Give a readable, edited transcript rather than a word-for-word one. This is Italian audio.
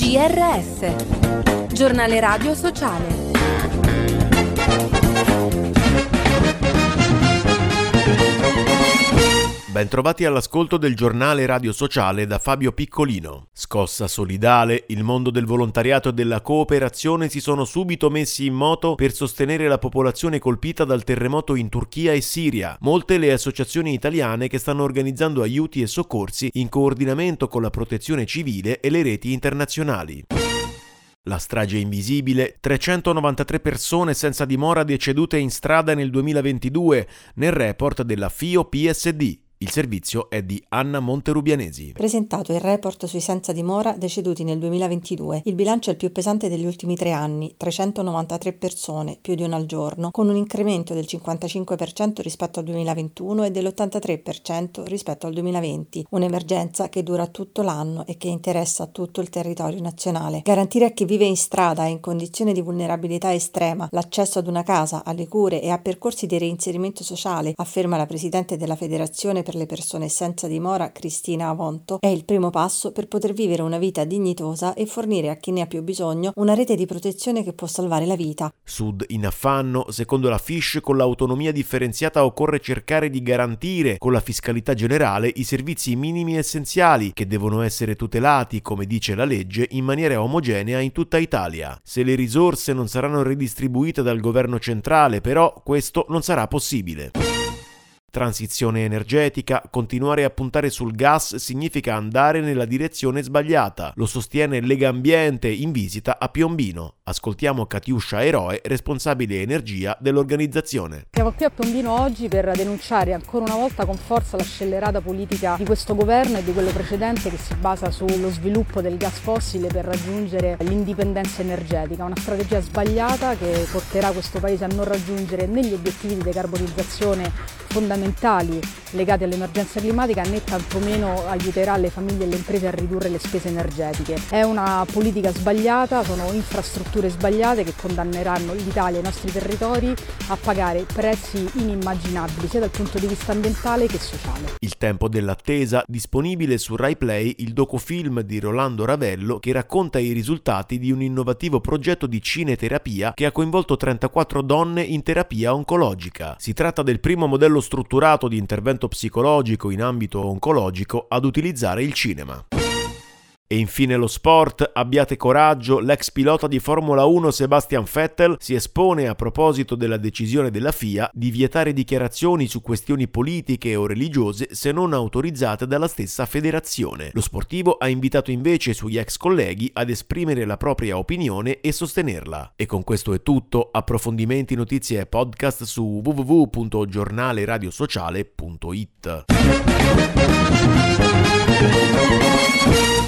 GRS, Giornale Radio Sociale. Bentrovati all'ascolto del Giornale Radio Sociale da Fabio Piccolino. Scossa solidale, il mondo del volontariato e della cooperazione si sono subito messi in moto per sostenere la popolazione colpita dal terremoto in Turchia e Siria. Molte le associazioni italiane che stanno organizzando aiuti e soccorsi in coordinamento con la Protezione Civile e le reti internazionali. La strage invisibile, 393 persone senza dimora decedute in strada nel 2022, nel report della FIO-PSD. Il servizio è di Anna Monterubianesi. Presentato il report sui senza dimora deceduti nel 2022, il bilancio è il più pesante degli ultimi 3 anni, 393 persone, più di una al giorno, con un incremento del 55% rispetto al 2021 e dell'83% rispetto al 2020, un'emergenza che dura tutto l'anno e che interessa tutto il territorio nazionale. Garantire a chi vive in strada e in condizioni di vulnerabilità estrema l'accesso ad una casa, alle cure e a percorsi di reinserimento sociale, afferma la Presidente della Federazione per le persone senza dimora, Cristina Avonto, è il primo passo per poter vivere una vita dignitosa e fornire a chi ne ha più bisogno una rete di protezione che può salvare la vita. Sud in affanno, secondo la FISH, con l'autonomia differenziata occorre cercare di garantire con la fiscalità generale i servizi minimi essenziali che devono essere tutelati, come dice la legge, in maniera omogenea in tutta Italia. Se le risorse non saranno ridistribuite dal governo centrale, però, questo non sarà possibile. Transizione energetica, continuare a puntare sul gas significa andare nella direzione sbagliata, lo sostiene Legambiente in visita a Piombino. Ascoltiamo Katiuscia Eroe, responsabile energia dell'organizzazione. Siamo qui a Piombino oggi per denunciare ancora una volta con forza la scellerata politica di questo governo e di quello precedente che si basa sullo sviluppo del gas fossile per raggiungere l'indipendenza energetica, una strategia sbagliata che porterà questo paese a non raggiungere né gli obiettivi di decarbonizzazione fondamentali legati all'emergenza climatica né tantomeno aiuterà le famiglie e le imprese a ridurre le spese energetiche. È una politica sbagliata, sono infrastrutture sbagliate che condanneranno l'Italia e i nostri territori a pagare prezzi inimmaginabili sia dal punto di vista ambientale che sociale. Il tempo dell'attesa, disponibile su Rai Play il docufilm di Rolando Ravello che racconta i risultati di un innovativo progetto di cineterapia che ha coinvolto 34 donne in terapia oncologica. Si tratta del primo modello strutturato di intervento psicologico in ambito oncologico ad utilizzare il cinema. E infine lo sport, abbiate coraggio, l'ex pilota di Formula 1 Sebastian Vettel si espone a proposito della decisione della FIA di vietare dichiarazioni su questioni politiche o religiose se non autorizzate dalla stessa federazione. Lo sportivo ha invitato invece i suoi ex colleghi ad esprimere la propria opinione e sostenerla. E con questo è tutto, approfondimenti, notizie e podcast su www.giornaleradiosociale.it.